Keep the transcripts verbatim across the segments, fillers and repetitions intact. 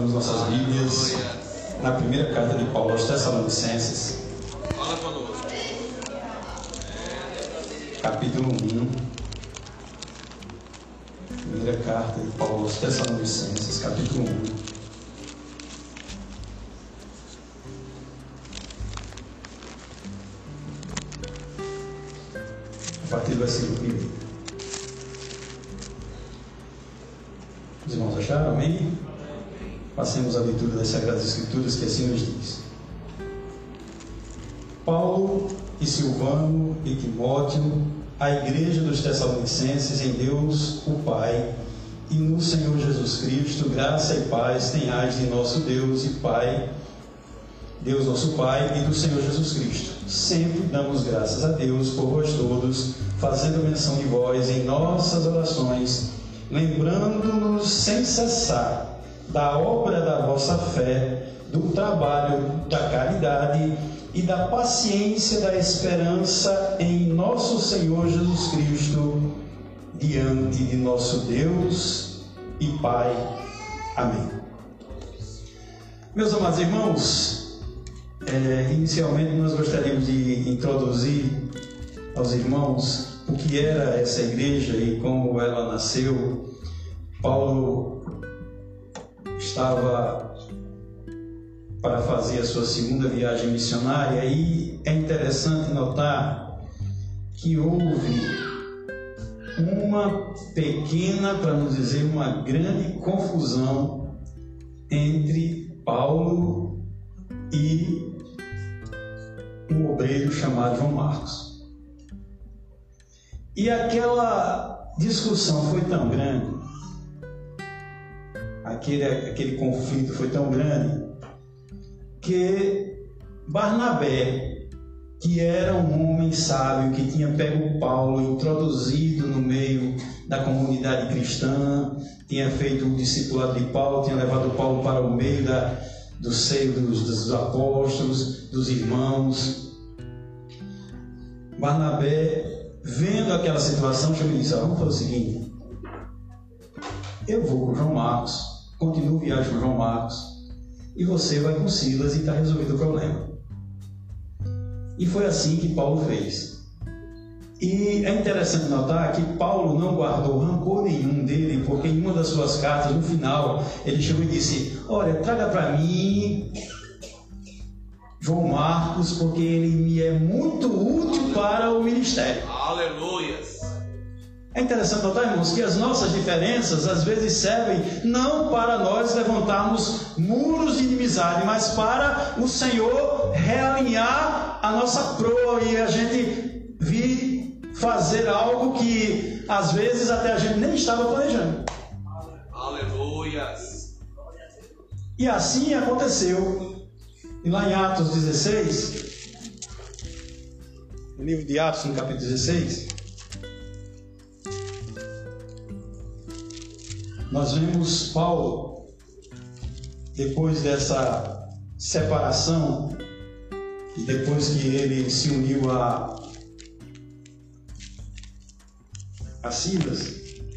abrimos nossas Bíblias na primeira carta de Paulo aos Tessalonicenses, Fala conosco. capítulo um. Primeira carta de Paulo aos Tessalonicenses, capítulo um. A partir do versículo primeiro. Os irmãos acharam? Amém? Passemos a leitura das Sagradas Escrituras, que assim nos diz: Paulo e Silvano e Timóteo, a igreja dos Tessalonicenses em Deus o Pai e no Senhor Jesus Cristo, graça e paz tenhais de nosso Deus e Pai, Deus nosso Pai e do Senhor Jesus Cristo. Sempre damos graças a Deus por vós todos, fazendo menção de vós em nossas orações, lembrando-nos sem cessar da obra da vossa fé, do trabalho da caridade e da paciência da esperança em nosso Senhor Jesus Cristo, diante de nosso Deus e Pai. Amém. Meus amados irmãos, é, inicialmente nós gostaríamos de introduzir aos irmãos o que era essa igreja e como ela nasceu. Paulo estava para fazer a sua segunda viagem missionária e é interessante notar que houve uma pequena, para não dizer uma grande confusão entre Paulo e um obreiro chamado João Marcos. E aquela discussão foi tão grande, aquele, aquele conflito foi tão grande, que Barnabé, que era um homem sábio, que tinha pego Paulo, introduzido no meio da comunidade cristã, tinha feito o discipulado de Paulo, tinha levado Paulo para o meio da, do seio dos, dos apóstolos, dos irmãos. Barnabé, vendo aquela situação, chegou e disse: vamos fazer o seguinte, eu vou com João Marcos, continuo viagem com João Marcos, e você vai com Silas e está resolvido o problema. E foi assim que Paulo fez. E é interessante notar que Paulo não guardou rancor nenhum dele, porque em uma das suas cartas, no final, ele chegou e disse: olha, traga para mim João Marcos, porque ele me é muito útil para o ministério. Aleluias. É interessante notar, irmãos, que as nossas diferenças às vezes servem não para nós levantarmos muros de inimizade, mas para o Senhor realinhar a nossa proa e a gente vir fazer algo que às vezes até a gente nem estava planejando. Aleluias. E assim aconteceu. E lá em Atos dezesseis, no livro de Atos, no capítulo dezesseis, nós vemos Paulo, depois dessa separação, e depois que ele se uniu a, a Silas,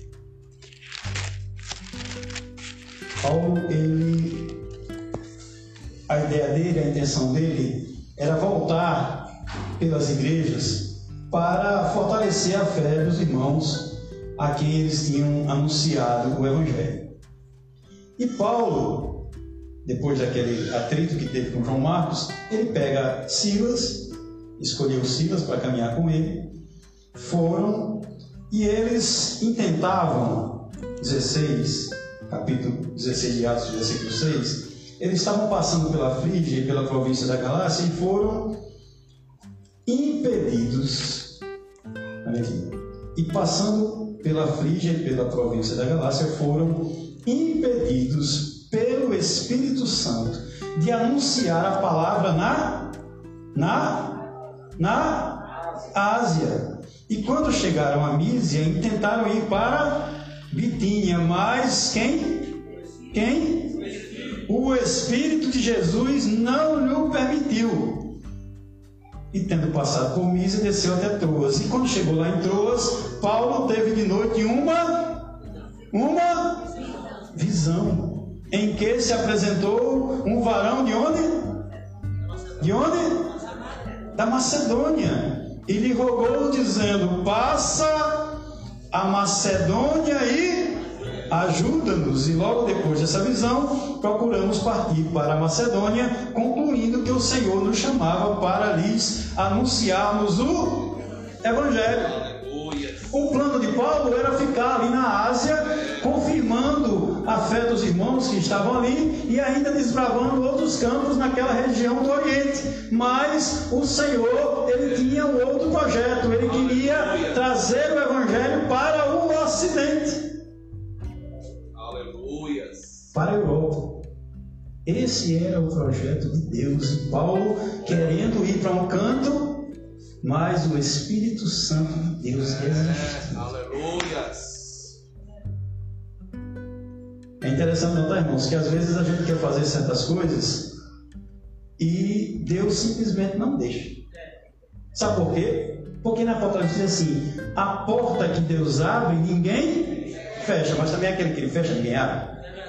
Paulo, ele, a ideia dele, a intenção dele, era voltar pelas igrejas para fortalecer a fé dos irmãos a quem eles tinham anunciado o Evangelho. E Paulo, depois daquele atrito que teve com João Marcos, ele pega Silas, escolheu Silas para caminhar com ele, foram e eles intentavam, dezesseis, capítulo dezesseis de Atos, versículo seis, eles estavam passando pela Frígia e pela província da Galácia e foram impedidos, e passando pela Frígia e pela província da Galácia, foram impedidos pelo Espírito Santo de anunciar a palavra na, na, na Ásia. E quando chegaram a Mísia, tentaram ir para Bitínia, mas quem? Quem? O Espírito de Jesus não lhe permitiu. E tendo passado por Mísia, desceu até Troas. E quando chegou lá em Troas, Paulo teve de noite uma, uma visão. em que se apresentou um varão de onde? De onde? Da Macedônia. E lhe rogou dizendo: passa a Macedônia e ajuda-nos. E logo depois dessa visão, procuramos partir para a Macedônia, concluindo que o Senhor nos chamava para lhes anunciarmos o Evangelho. O plano de Paulo era ficar ali na Ásia, confirmando a fé dos irmãos que estavam ali e ainda desbravando outros campos naquela região do Oriente. Mas o Senhor, ele tinha um outro projeto. Ele queria trazer o Evangelho para o Ocidente. Aleluia. Para a Europa. Esse era o projeto de Deus. E Paulo querendo ir para um canto, mas o Espírito Santo de Deus resistiu. Aleluia. É interessante notar, irmãos, que às vezes a gente quer fazer certas coisas e Deus simplesmente não deixa. Sabe por quê? Porque na Apocalipse diz assim: a porta que Deus abre, ninguém fecha, mas também aquele que ele fecha, ninguém abre.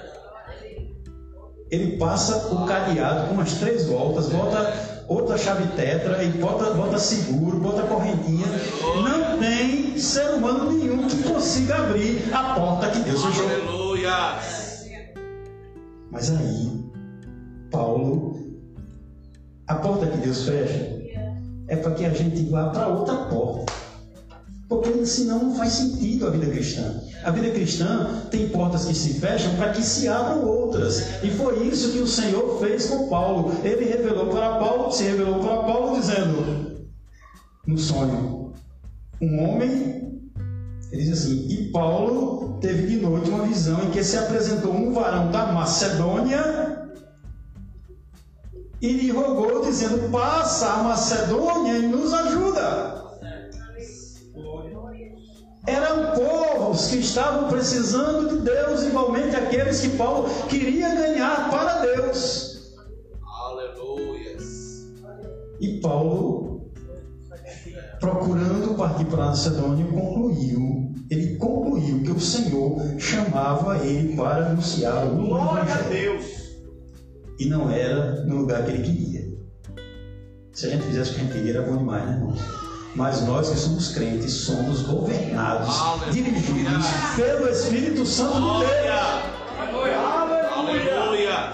Ele passa o cadeado com as três voltas, bota outra chave tetra e bota, bota seguro, bota correntinha. Não tem ser humano nenhum que consiga abrir a porta que Deus fechou. Aleluia. Mas aí, Paulo, a porta que Deus fecha é para que a gente vá para outra porta. Porque senão não faz sentido a vida cristã. A vida cristã tem portas que se fecham para que se abram outras. E foi isso que o Senhor fez com Paulo. Ele revelou para Paulo, se revelou para Paulo dizendo, no sonho, um homem, ele diz assim: e Paulo teve de noite uma visão em que se apresentou um varão da Macedônia e lhe rogou dizendo: passa a Macedônia e nos ajuda. Eram povos que estavam precisando de Deus, igualmente aqueles que Paulo queria ganhar para Deus. Aleluia. E Paulo, procurando partir para a Macedônia, concluiu, ele concluiu que o Senhor chamava ele para anunciar o Glória a Evangelho. Deus. E não era no lugar que ele queria. Se a gente fizesse o que a gente queria, era bom demais, né, irmãos? Mas nós que somos crentes, somos governados, Aleluia. dirigidos pelo Espírito Santo de Deus. Aleluia. Aleluia.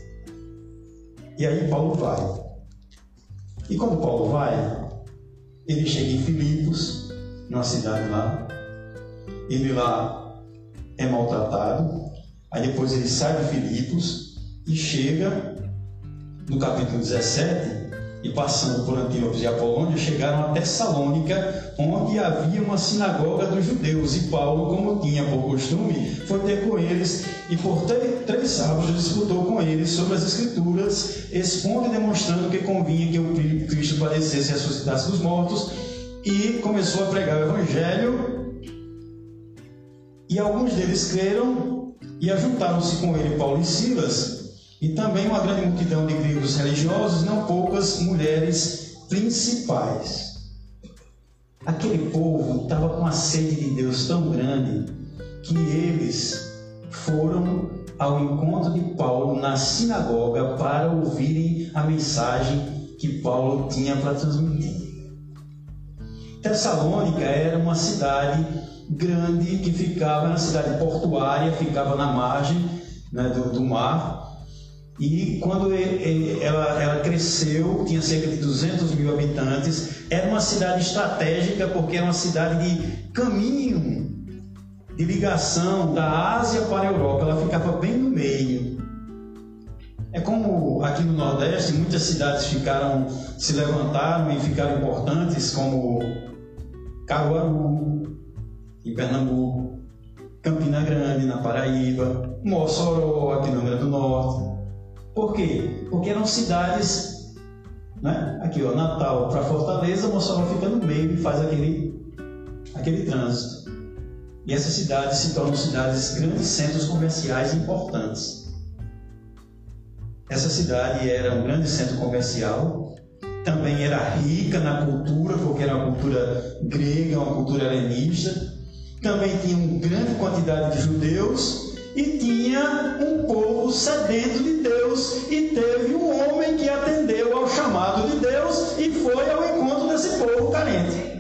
E aí Paulo vai. E quando Paulo vai, ele chega em Filipos, numa cidade lá. Ele lá é maltratado. Aí depois ele sai de Filipos e chega no capítulo dezessete. E passando por Antíoco e Apolônia, chegaram a Tessalônica, onde havia uma sinagoga dos judeus. E Paulo, como tinha por costume, foi ter com eles e por três sábados disputou com eles sobre as Escrituras, expondo e demonstrando que convinha que o Cristo padecesse e ressuscitasse dos mortos, e começou a pregar o Evangelho. E alguns deles creram e ajuntaram-se com ele Paulo e Silas, e também uma grande multidão de gregos religiosos, não poucas mulheres principais. Aquele povo estava com a sede de Deus tão grande que eles foram ao encontro de Paulo na sinagoga para ouvirem a mensagem que Paulo tinha para transmitir. Tessalônica era uma cidade grande que ficava na cidade portuária, ficava na margem, né, do, do mar. E quando ela, ela cresceu, tinha cerca de duzentos mil habitantes, era uma cidade estratégica porque era uma cidade de caminho, de ligação da Ásia para a Europa. Ela ficava bem no meio. É como aqui no Nordeste, muitas cidades ficaram, se levantaram e ficaram importantes, como Caruaru, em Pernambuco, Campina Grande, na Paraíba, Mossoró, aqui no Rio Grande do Norte. Por quê? Porque eram cidades, né? Aqui, ó, Natal para Fortaleza, Mossoró fica no meio e faz aquele, aquele trânsito. E essas cidades se tornam cidades, grandes centros comerciais importantes. Essa cidade era um grande centro comercial, também era rica na cultura, porque era uma cultura grega, uma cultura helenista. Também tinha uma grande quantidade de judeus. e tinha um povo sedento de Deus, e teve um homem que atendeu ao chamado de Deus e foi ao encontro desse povo carente.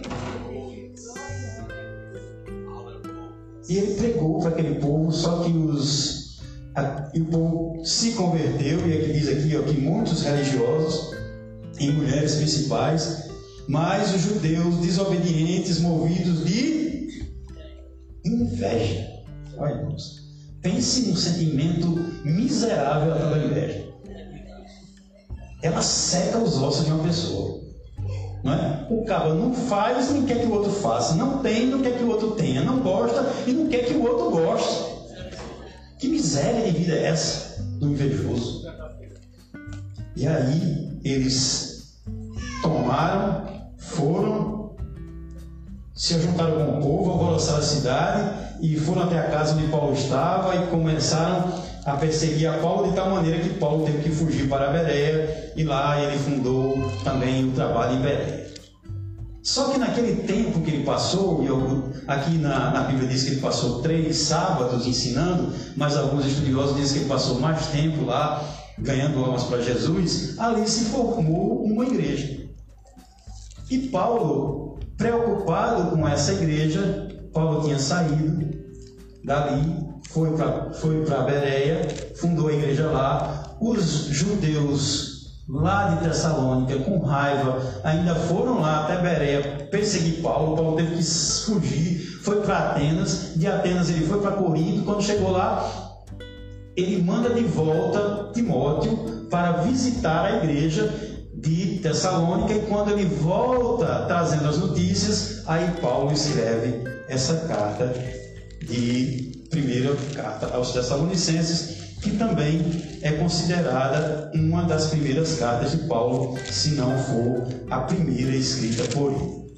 E ele pregou para aquele povo, só que os, a, e o povo se converteu, e aqui diz aqui ó, que muitos religiosos e mulheres principais, mas os judeus desobedientes, movidos de inveja. Olha, irmãos, pense num sentimento miserável da inveja. Ela seca os ossos de uma pessoa. Não é? O cara não faz, não quer que o outro faça. Não tem, não quer que o outro tenha. Não gosta e não quer que o outro goste. Que miséria de vida é essa do invejoso? E aí eles tomaram, foram, se juntaram com o povo, alvoroçaram a cidade e foram até a casa onde Paulo estava e começaram a perseguir a Paulo de tal maneira que Paulo teve que fugir para Bereia, e lá ele fundou também o trabalho em Bereia. Só que naquele tempo que ele passou, e eu, aqui na, na Bíblia diz que ele passou três sábados ensinando, mas alguns estudiosos dizem que ele passou mais tempo lá, ganhando almas para Jesus, ali se formou uma igreja. E Paulo, preocupado com essa igreja, Paulo tinha saído dali, foi para foi para Bereia, fundou a igreja lá. Os judeus lá de Tessalônica, com raiva, ainda foram lá até Bereia perseguir Paulo. Paulo teve que fugir, foi para Atenas. De Atenas ele foi para Corinto. Quando chegou lá, ele manda de volta Timóteo para visitar a igreja de Tessalônica, e quando ele volta trazendo as notícias, aí Paulo escreve essa carta de primeira carta aos Tessalonicenses, que também é considerada uma das primeiras cartas de Paulo, se não for a primeira escrita por ele.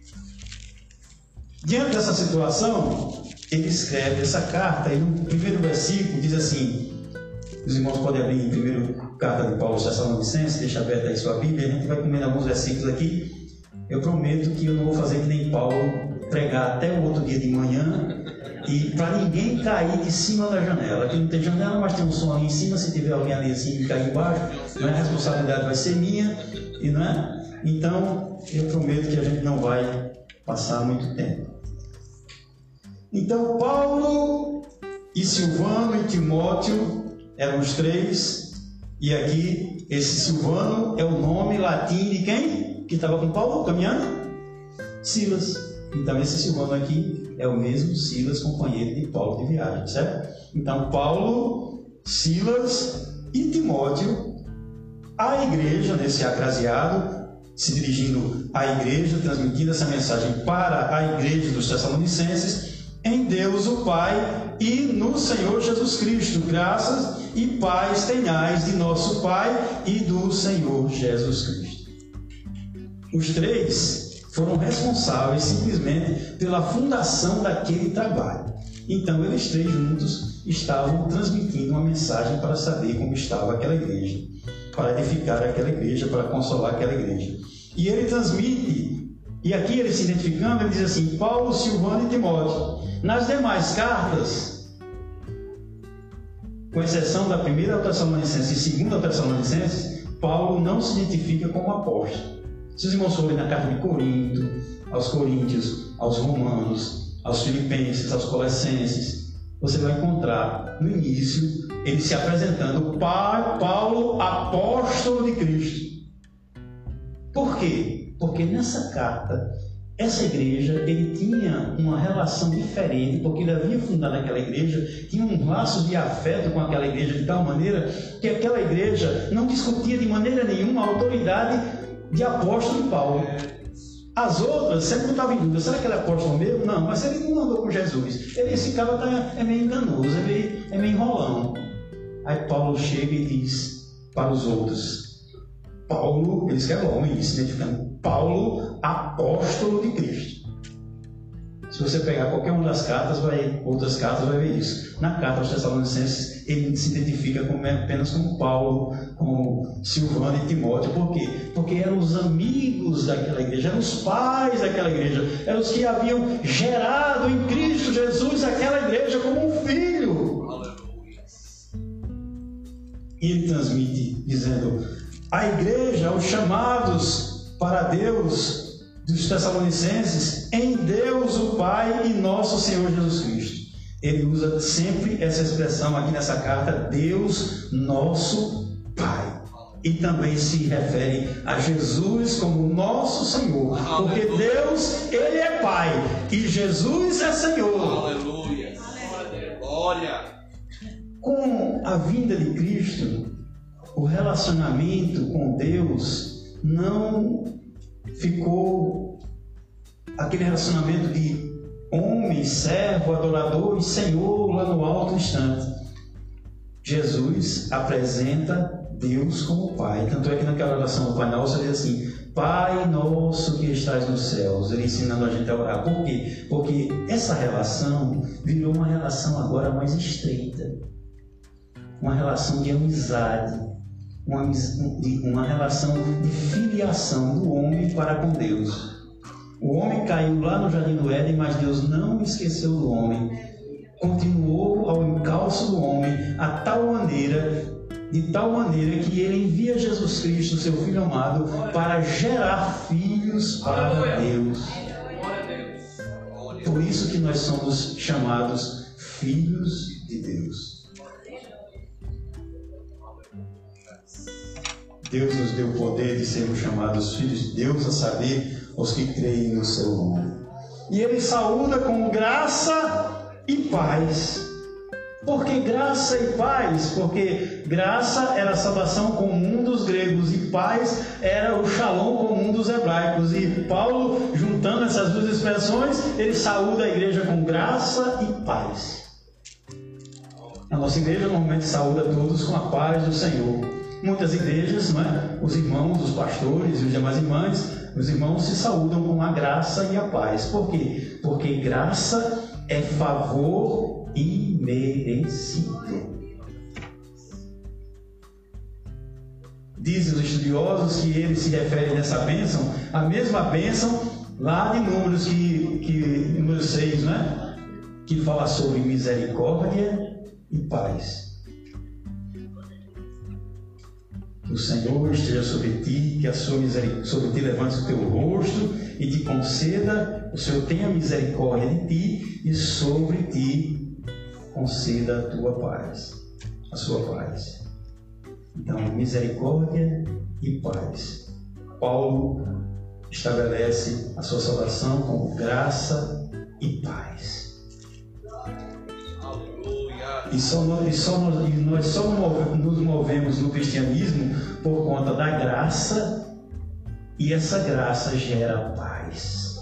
Diante dessa situação, ele escreve essa carta, e no primeiro versículo diz assim, os irmãos podem abrir em primeira carta de Paulo aos Tessalonicenses, deixa aberta aí sua Bíblia, a gente vai comendo alguns versículos aqui. Eu prometo que eu não vou fazer que nem Paulo, pregar até o outro dia de manhã, e para ninguém cair de cima da janela. Aqui não tem janela, mas tem um som ali em cima. Se tiver alguém ali assim e cair embaixo, não é? A responsabilidade vai ser minha, e não é? Então eu prometo que a gente não vai passar muito tempo. Então Paulo e Silvano e Timóteo eram os três, e aqui esse Silvano é o nome latim de quem? Que estava com Paulo caminhando? Silas. Então esse Silvano aqui é o mesmo Silas, companheiro de Paulo de viagem, certo? Então Paulo, Silas e Timóteo, a igreja, nesse acraseado, se dirigindo à igreja, transmitindo essa mensagem para a igreja dos Tessalonicenses, em Deus o Pai e no Senhor Jesus Cristo, graças e paz tenhais de nosso Pai e do Senhor Jesus Cristo. Os três foram responsáveis simplesmente pela fundação daquele trabalho. Então eles três juntos estavam transmitindo uma mensagem para saber como estava aquela igreja, para edificar aquela igreja, para consolar aquela igreja. E ele transmite, e aqui ele se identificando, ele diz assim, Paulo, Silvano e Timóteo. Nas demais cartas, com exceção da primeira ao Tessalonicenses e segunda ao Tessalonicenses, Paulo não se identifica como apóstolo. Se os irmãos forem na carta de Corinto, aos Coríntios, aos Romanos, aos Filipenses, aos Colossenses, você vai encontrar no início ele se apresentando Paulo, apóstolo de Cristo. Por quê? Porque nessa carta, essa igreja, ele tinha uma relação diferente, porque ele havia fundado aquela igreja, tinha um laço de afeto com aquela igreja de tal maneira que aquela igreja não discutia de maneira nenhuma a autoridade de apóstolo de Paulo. As outras sempre estavam em dúvida, será que ele é apóstolo mesmo? Não, mas ele não andou com Jesus. Ele, esse cara tá, é meio enganoso, é meio, é meio enrolão. Aí Paulo chega e diz para os outros, Paulo, ele escreve logo isso, identificando, Paulo, apóstolo de Cristo. Se você pegar qualquer uma das cartas, vai, outras cartas, vai ver isso. Na carta aos Tessalonicenses, ele se identifica como, apenas como Paulo, como Silvano e Timóteo. Por quê? Porque eram os amigos daquela igreja, eram os pais daquela igreja, eram os que haviam gerado em Cristo Jesus aquela igreja como um filho. E ele transmite dizendo: a igreja, os chamados para Deus dos Tessalonicenses, em Deus o Pai e nosso Senhor Jesus Cristo. Ele usa sempre essa expressão aqui nessa carta, Deus nosso Pai. E também se refere a Jesus como nosso Senhor. Porque Deus, Ele é Pai e Jesus é Senhor. Aleluia. Glória. Com a vinda de Cristo, o relacionamento com Deus não ficou aquele relacionamento de homem, servo, adorador e Senhor lá no alto instante. Jesus apresenta Deus como Pai. Tanto é que naquela oração do Pai Nosso ele diz assim: Pai nosso que estás nos céus. Ele ensinando a gente a orar. Por quê? Porque essa relação virou uma relação agora mais estreita. Uma relação de amizade. Uma, uma relação de filiação do homem para com Deus. O homem caiu lá no Jardim do Éden, mas Deus não esqueceu do homem. Continuou ao encalço do homem a tal maneira, de tal maneira que ele envia Jesus Cristo, seu Filho amado, para gerar filhos para Deus. Por isso que nós somos chamados filhos de Deus. Deus nos deu o poder de sermos chamados filhos de Deus, a saber, os que creem no seu nome. E ele saúda com graça e paz. Por que graça e paz? Porque graça era a salvação comum dos gregos e paz era o shalom comum dos hebraicos. E Paulo, juntando essas duas expressões, ele saúda a igreja com graça e paz. A nossa igreja normalmente saúda todos com a paz do Senhor. Muitas igrejas, não é? Os irmãos, os pastores e os demais irmãos, os irmãos se saúdam com a graça e a paz. Por quê? Porque graça é favor imerecido. Dizem os estudiosos que ele se refere nessa bênção, a mesma bênção lá de Números, que, que, número seis, né? Que fala sobre misericórdia e paz. Que o Senhor esteja sobre ti, que a sua misericórdia sobre ti levante o teu rosto e te conceda, o Senhor tenha misericórdia de ti e sobre ti conceda a tua paz, a sua paz. Então, misericórdia e paz. Paulo estabelece a sua salvação como graça e paz. E, só nós, e, só nós, e nós só nos movemos no cristianismo por conta da graça, e essa graça gera paz.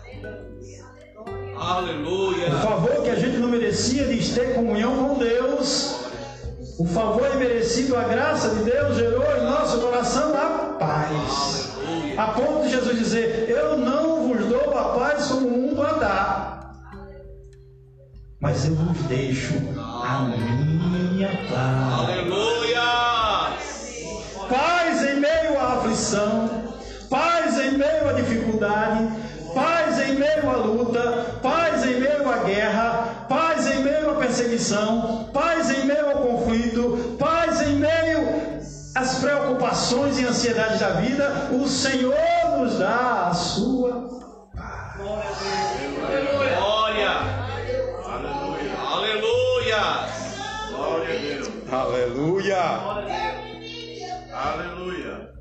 Aleluia. O favor que a gente não merecia de ter comunhão com Deus, o favor imerecido, a graça de Deus gerou em nosso coração a paz. A ponto de Jesus dizer: eu não vos dou a paz como o mundo a dá, mas eu vos deixo a minha paz. Aleluia! Paz em meio à aflição, paz em meio à dificuldade, paz em meio à luta, paz em meio à guerra, paz em meio à perseguição, paz em meio ao conflito, paz em meio às preocupações e ansiedades da vida. O Senhor nos dá a sua paz. Glória! Aleluia! Aleluia! Glória a Deus! Aleluia! Aleluia!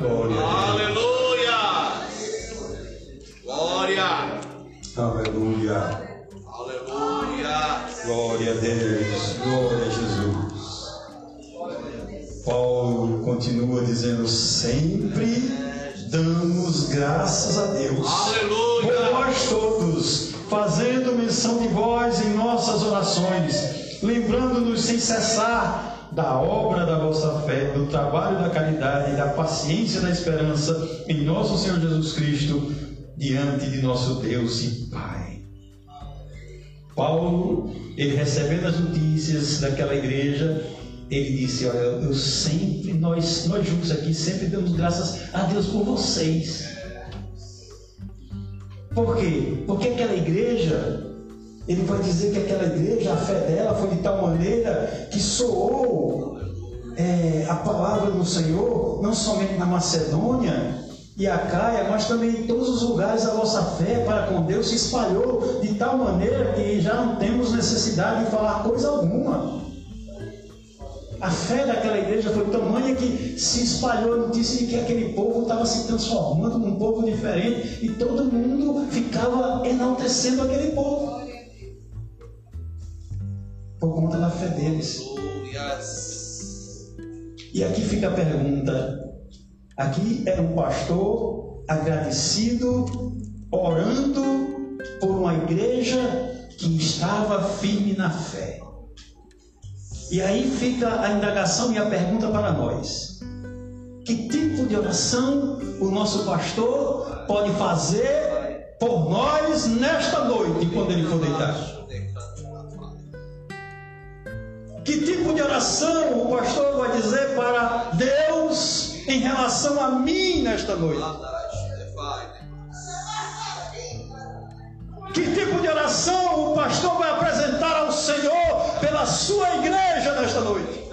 Glória a Deus. Aleluia. Glória. Aleluia. Aleluia. Glória a Deus. Glória a Jesus. Paulo continua dizendo: sempre damos graças a Deus. Aleluia. Por nós todos, fazendo menção de vós em nossas orações, lembrando-nos sem cessar da obra da vossa fé, do trabalho da caridade e da paciência da esperança em nosso Senhor Jesus Cristo, diante de nosso Deus e Pai. Paulo, ele recebendo as notícias daquela igreja, ele disse: olha, eu sempre, nós, nós juntos aqui, sempre damos graças a Deus por vocês. Por quê? Porque aquela igreja, ele vai dizer que aquela igreja, a fé dela foi de tal maneira que soou é, a palavra do Senhor, não somente na Macedônia e Acaia, mas também em todos os lugares. A vossa fé para com Deus se espalhou de tal maneira que já não temos necessidade de falar coisa alguma. A fé daquela igreja foi tamanha que se espalhou a notícia de que aquele povo estava se transformando num povo diferente e todo mundo ficava enaltecendo aquele povo por conta da fé deles. E aqui fica a pergunta: aqui era um pastor agradecido, orando por uma igreja que estava firme na fé. E aí fica a indagação e a pergunta para nós: que tipo de oração o nosso pastor pode fazer por nós nesta noite, quando ele for deitar? Que tipo de oração o pastor vai dizer para Deus em relação a mim nesta noite? Que tipo de oração o pastor vai apresentar ao Senhor pela sua igreja nesta noite?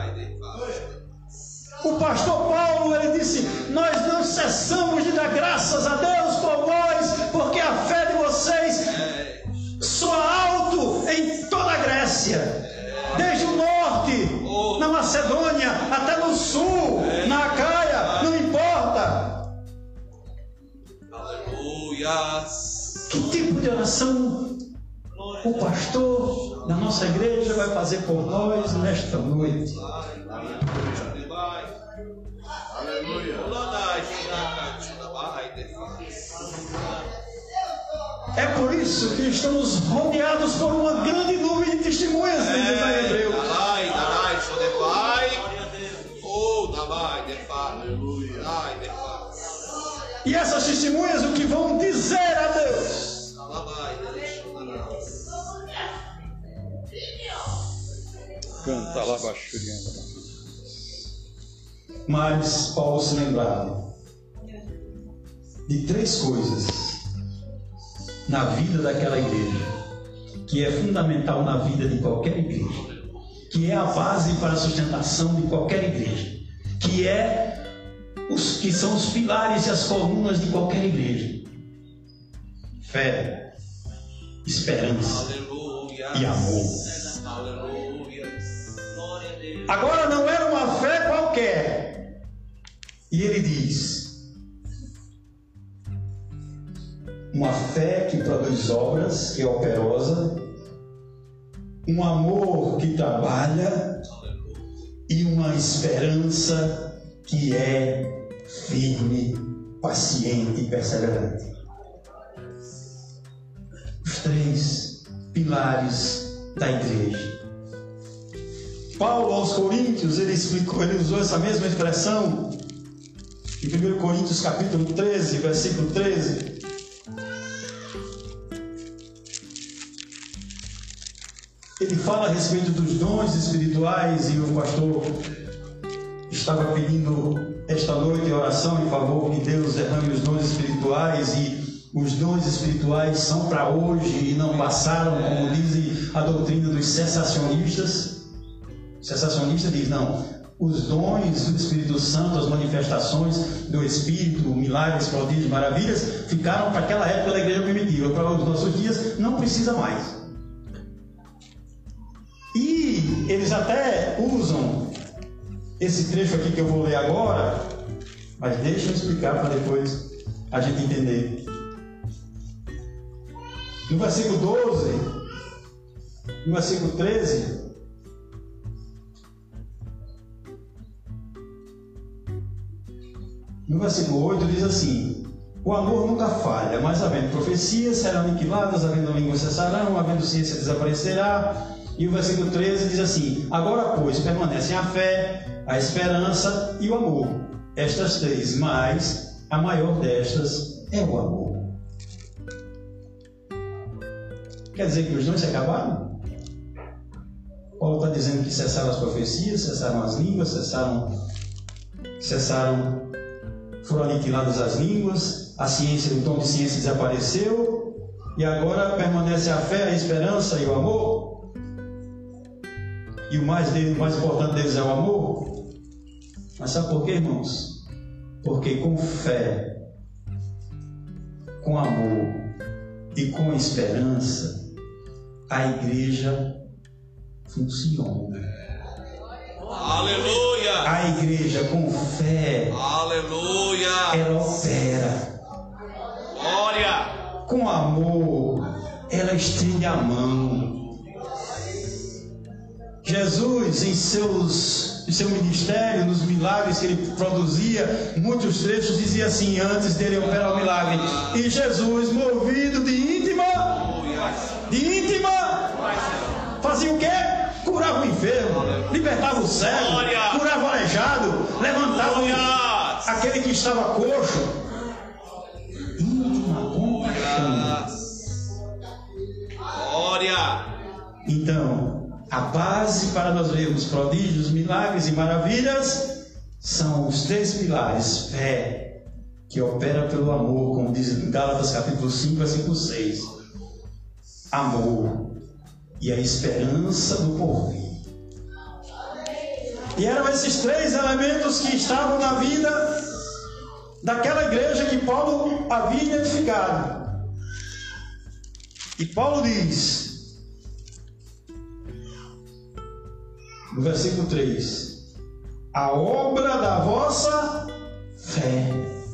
O pastor Paulo, ele disse: nós não cessamos de dar graças a Deus por vós, porque a fé de vocês soa alto em toda a Grécia, desde o norte, na Macedônia, até no sul, na Acaia, não importa. Aleluia. Que tipo de oração o pastor da nossa igreja vai fazer por nós nesta noite? É por isso que estamos rodeados por uma grande nuvem de testemunhas no livro de Hebreus. E essas testemunhas o que vão dizer a Deus? Canta lá baixo. Mas Paulo se lembrava de três coisas na vida daquela igreja, que é fundamental na vida de qualquer igreja, que é a base para a sustentação de qualquer igreja, que é os que são os pilares e as colunas de qualquer igreja: fé, esperança e amor. Agora não era uma fé qualquer. E ele diz: uma fé que produz obras, que é operosa, um amor que trabalha e uma esperança que é firme, paciente e perseverante. Os três pilares da igreja. Paulo aos Coríntios, ele explicou, ele usou essa mesma expressão em primeiro Coríntios capítulo treze, versículo treze. Ele fala a respeito dos dons espirituais, e o pastor estava pedindo esta noite oração em favor que Deus derrame os dons espirituais, e os dons espirituais são para hoje e não passaram, como dizem a doutrina dos cessacionistas. O cessacionista diz: não, os dons do Espírito Santo, as manifestações do Espírito, milagres, prodígios, maravilhas, ficaram para aquela época da igreja primitiva. Para os nossos dias não precisa mais. E eles até usam esse trecho aqui que eu vou ler agora Mas deixa eu explicar para depois a gente entender. No versículo doze, no versículo treze, no versículo oito diz assim: o amor nunca falha, mas havendo profecias serão aniquiladas, havendo línguas cessarão, havendo ciência desaparecerá. E o versículo treze diz assim: agora, pois, permanecem a fé, a esperança e o amor. Estas três, mas a maior destas é o amor. Quer dizer que os dois se acabaram? Paulo está dizendo que cessaram as profecias, cessaram as línguas, cessaram, cessaram, foram aniquiladas as línguas, a ciência, o dom de ciência desapareceu, e agora permanece a fé, a esperança e o amor. E o mais, dele, o mais importante deles é o amor. Mas sabe por quê, irmãos? Porque com fé, com amor e com esperança, a igreja funciona. Aleluia! A igreja com fé, Aleluia! ela opera. Glória! Com amor, ela estende a mão. Jesus, em seus, em seu ministério, nos milagres que ele produzia, muitos trechos dizia assim, antes dele operar o milagre: e Jesus, movido de íntima, de íntima, fazia o quê? Curava o enfermo, libertava o cego, curava o aleijado, levantava o, aquele que estava coxo. Íntima compaixão. Glória! Então, a base para nós vermos prodígios, milagres e maravilhas são os três pilares: fé, que opera pelo amor, como diz em Gálatas capítulo cinco, versículo seis. Amor e a esperança do porvir. E eram esses três elementos que estavam na vida daquela igreja que Paulo havia edificado. E Paulo diz, no versículo três: a obra da vossa fé.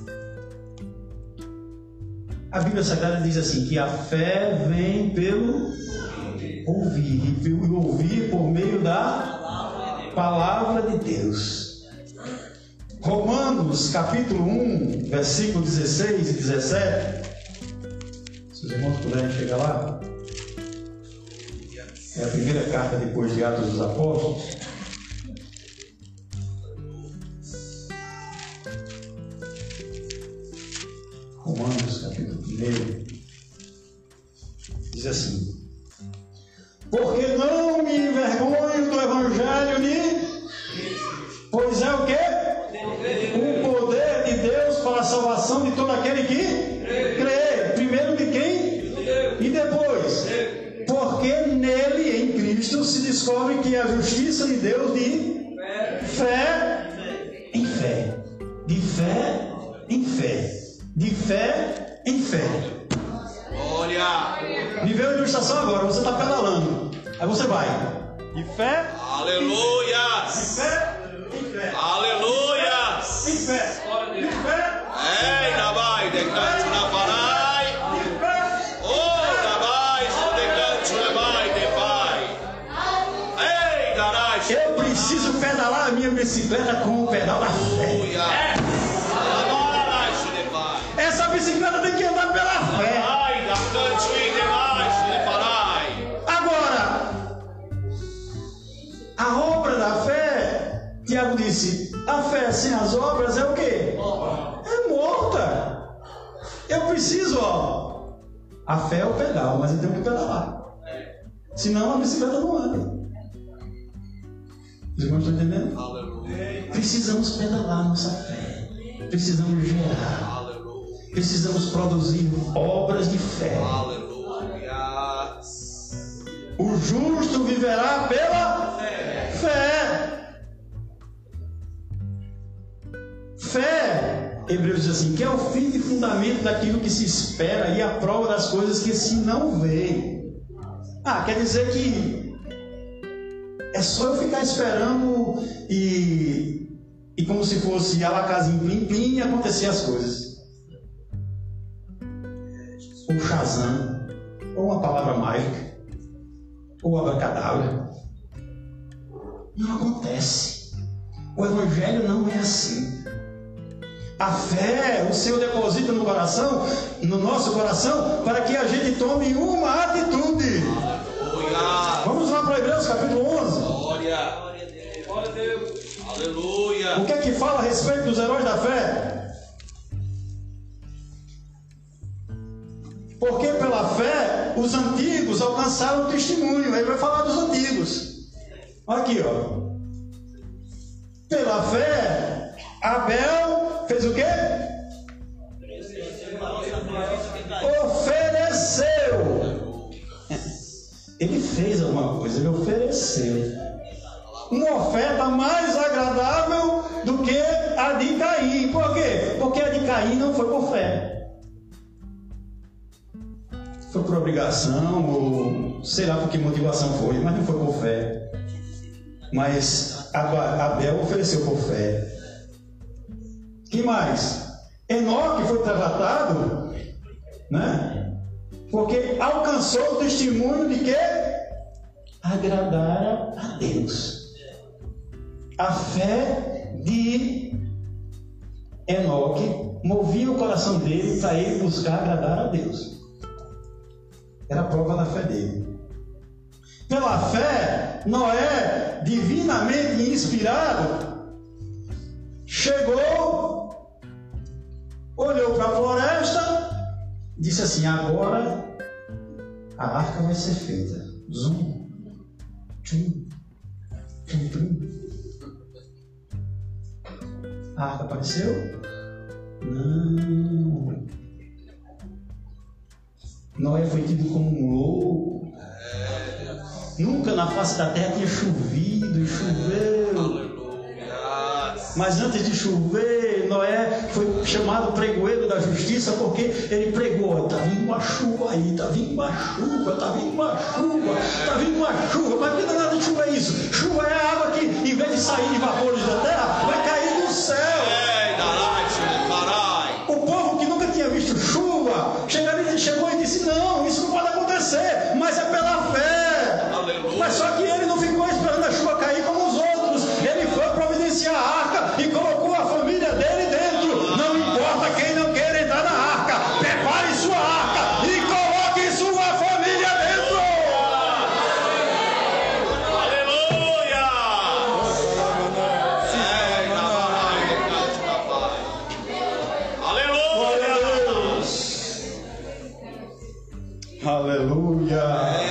A Bíblia Sagrada diz assim, que a fé vem pelo ouvir, e pelo ouvir por meio da palavra de Deus. Romanos capítulo um, versículo dezesseis e dezessete. Se os irmãos puderem chegar lá. É a primeira carta depois de Atos dos Apóstolos. Romanos capítulo um diz assim: porque não me envergonho do Evangelho de... pois é o quê? O poder de Deus para a salvação de todo aquele que crê. Primeiro de quem? E depois, porque nele, em Cristo, se descobre que a justiça de Deus de fé em fé, de fé em fé, de fé em fé. Glória! Nível de ilustração agora, você está pedalando. Aí você vai. De fé. Aleluia! De fé em fé. Aleluia! Em fé. De fé. Ei, Dabai, decante na parai. De fé. Oh, Dabai, decante na vai, de pai. Ei, Darai. Eu preciso pedalar a minha bicicleta com o pedal da fé. Aleluia! Agora, de pai. Essa bicicleta tem que andar pela fé. Ai, decante demais, de parai. Agora, a obra da fé, Tiago disse, a fé sem as obras é o quê? É morta. Eu preciso, ó. A fé é o pedal, mas eu tenho que pedalar. Senão a bicicleta não anda. Os irmãos estão entendendo? Aleluia! Precisamos pedalar nossa fé. Precisamos gerar. Aleluia! Precisamos produzir obras de fé. Aleluia! O justo viverá pela fé. Fé. Fé, Hebreus diz assim, que é o fim e fundamento daquilo que se espera e a prova das coisas que se não vê. Ah, quer dizer que é só eu ficar esperando e e como se fosse alacazinho, plim, plim, e acontecer as coisas. Ou Shazam, ou uma palavra mágica, ou abracadabra. Não acontece. O Evangelho não é assim. A fé, o Senhor deposita no coração, no nosso coração, para que a gente tome uma atitude. Aleluia. Vamos lá para Hebreus capítulo onze. Glória. Glória a Deus. Aleluia. O que é que fala a respeito dos heróis da fé? Porque pela fé os antigos alcançaram o testemunho. Ele vai falar dos antigos. Aqui, ó. Pela fé, Abel fez o quê? Ofereceu. Ele fez alguma coisa, ele ofereceu. Uma oferta mais agradável do que a de Caim. Por quê? Porque a de Caim não foi por fé. Foi por obrigação, ou sei lá por que motivação foi, mas não foi por fé. Mas Abel ofereceu por fé. Que mais? Enoque foi tratado, né? Porque alcançou o testemunho de que agradara a Deus. A fé de Enoque movia o coração dele para ele buscar agradar a Deus. Era a prova da fé dele. Pela fé, Noé, divinamente inspirado, chegou, olhou para a floresta, disse assim: agora a arca vai ser feita. Zum, tchum, tchum, tchum. A arca apareceu? Não. Noé foi tido como um louco. Nunca na face da terra tinha chovido e choveu. Mas antes de chover, Noé foi chamado pregoeiro da justiça, porque ele pregou: está vindo uma chuva aí, está vindo uma chuva, está vindo uma chuva, está vindo uma chuva. Mas que nada de chuva é isso? Chuva é a água que, em vez de sair de vapores da terra, vai cair do céu. O povo que nunca tinha visto chuva chegou e disse: não, isso não pode acontecer, mas é pela fé. Aleluia. Mas só que ele não ficou esperando a chuva cair como os outros. Ele foi providenciar a arca e colocou a família dele dentro. Não importa quem não quer entrar na arca, prepare sua arca e coloque sua família dentro. Aleluia. Aleluia. Aleluia.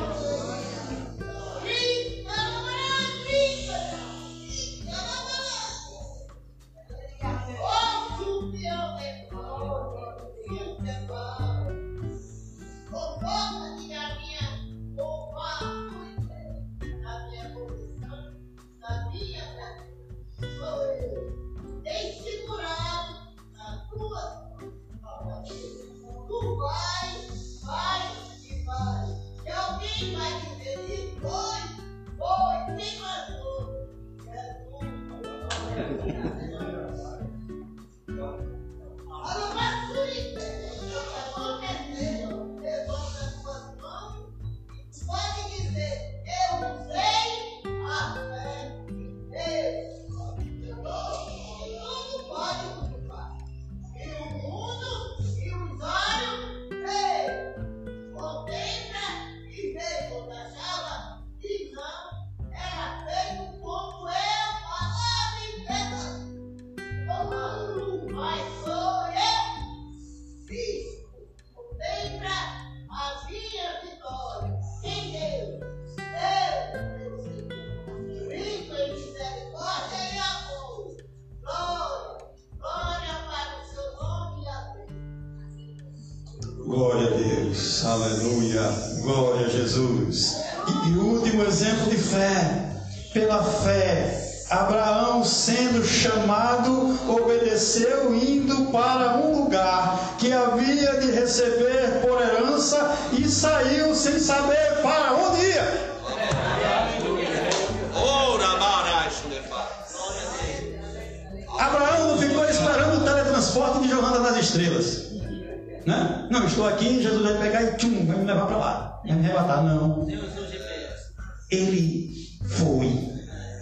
Glória a Deus, aleluia, glória a Jesus. E, e o último exemplo de fé, pela fé, Abraão, sendo chamado, obedeceu, indo para um lugar que havia de receber por herança, e saiu sem saber para onde ia. Abraão não ficou esperando o teletransporte de Jornada das Estrelas. Né? Não, estou aqui, Jesus vai pegar e tchum, vai me levar para lá. Vai me arrebatar. Não. Ele foi.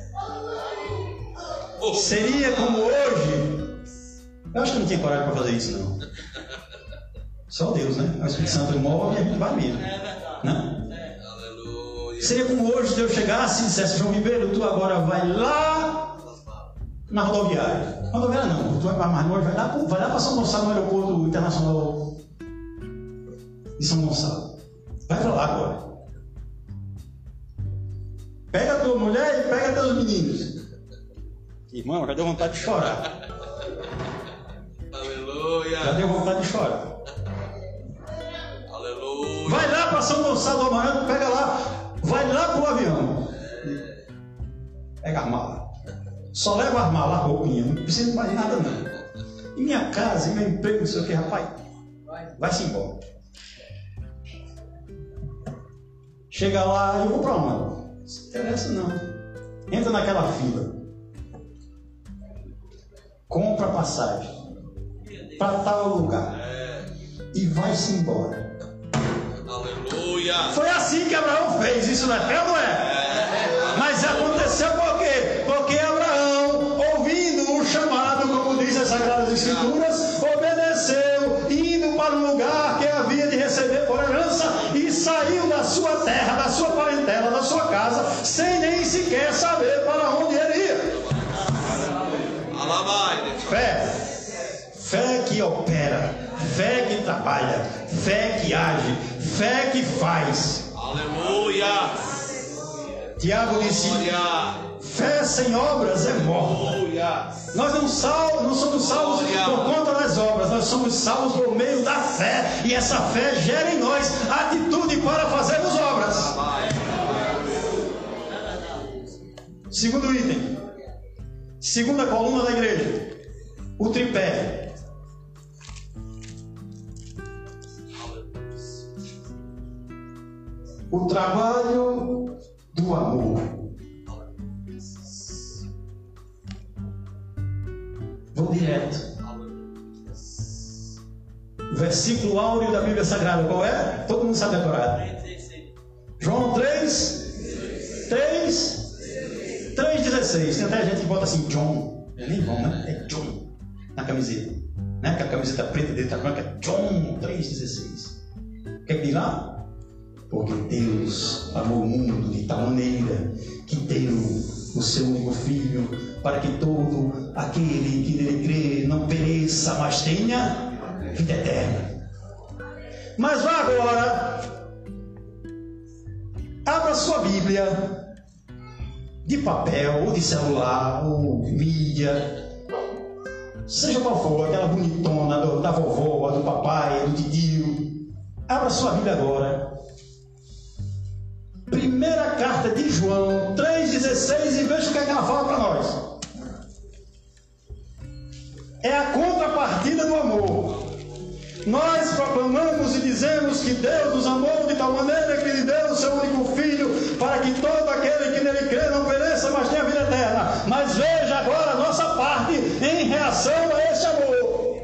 Seria como hoje. Eu acho que não tinha coragem para fazer isso, não. Só Deus, né? O Espírito Santo move e a gente vai mesmo. Né? Seria como hoje Deus chegasse e dissesse: João Ribeiro, tu agora vai lá na rodoviária. Rodoviária não, tu vai mais longe, vai lá, vai lá para São Gonçalo, no aeroporto internacional de São Gonçalo. Vai para lá agora. Pega a tua mulher e pega teus meninos. Irmão, já deu vontade de chorar. Aleluia. Já deu vontade de chorar. Aleluia. Vai lá para São Gonçalo do Amaranto, pega lá, vai lá pro avião. Pega a mala. Só leva a mala, a roupinha, não precisa mais de nada não. E minha casa, e meu emprego, não sei o que, rapaz. Vai-se embora. Chega lá, eu vou para onde? Não interessa não. Entra naquela fila. Compra passagem para tal lugar e vai-se embora. Aleluia. Foi assim que Abraão fez. Isso não é fé ou não é? Mas aconteceu por quê? Porque Abraão, ouvindo o chamado, como diz as Sagradas Escrituras, obedeceu, indo para um lugar que havia de receber por herança, e saiu da sua terra, da sua parentela, da sua casa, sem nem sequer saber para onde ele ia. Fé, fé que opera, fé que trabalha, fé que age, fé que faz. Aleluia. Tiago disse: fé sem obras é morta. Aleluia. Nós não, sal, não somos salvos por conta das obras, nós somos salvos por meio da fé, e essa fé gera em nós atitude para fazermos obras. Segundo item, segunda coluna da igreja, o tripé. O trabalho do amor. Vou direto. Versículo áureo da Bíblia Sagrada, qual é? Todo mundo sabe decorar. João três, três, três, dezesseis. Tem até gente que bota assim, John. É nem João, né? É John na camiseta. Né? Que a camiseta preta dele está branca, é John três, dezesseis. Quer que diz lá? Porque Deus amou o mundo de tal maneira que deu o seu único Filho, para que todo aquele que nele crê não pereça, mas tenha vida eterna. Mas vá agora, abra sua Bíblia, de papel, ou de celular, ou mídia, seja qual for, aquela bonitona do, da vovó, do papai, do tio. Abra sua Bíblia agora. Primeira carta de João três, dezesseis, e veja o que, é que ela fala para nós. É a contrapartida do amor. Nós proclamamos e dizemos que Deus nos amou de tal maneira que lhe deu o seu único Filho, para que todo aquele que nele crê não pereça, mas tenha vida eterna. Mas veja agora a nossa parte em reação a esse amor.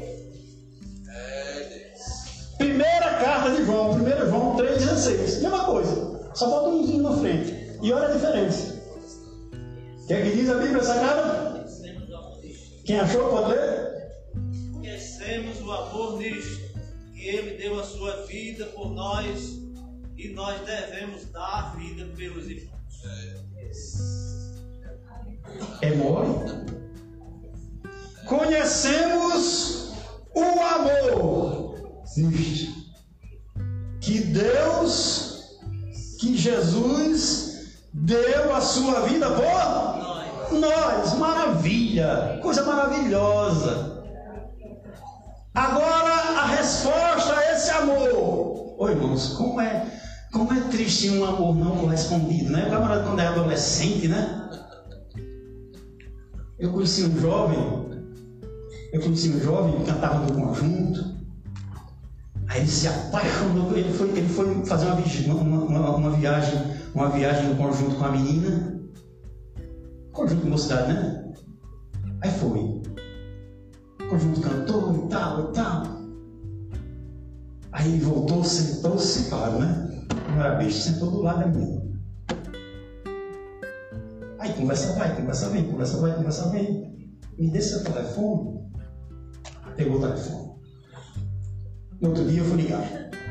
Primeira carta de João, primeiro João três, dezesseis. Mesma coisa. Só bota um umzinho na frente. E olha a diferença. O que é que diz a Bíblia Sagrada? Quem achou pode ler? Conhecemos o amor nisto, que Ele deu a sua vida por nós, e nós devemos dar a vida pelos irmãos. É mole? Conhecemos o amor nisto, que Deus... que Jesus deu a sua vida por nós. nós. Maravilha, coisa maravilhosa. Agora a resposta a esse amor. Oi, irmãos, como é, como é triste um amor não correspondido, né? O camarada quando é adolescente, né? Eu conheci um jovem, eu conheci um jovem que cantava no conjunto. Aí ele se apaixonou, ele foi, ele foi fazer uma, uma, uma, uma viagem, uma viagem no conjunto com a menina, conjunto de mocidade, né? Aí foi. O conjunto cantou e tal, e tal. Aí ele voltou, sentou-se, claro, né? Não era besta, sentou do lado da minha. Aí conversa vai, conversa vem, conversa vai, conversa vem. Me dê seu telefone. Pegou o telefone. No outro dia eu fui ligar.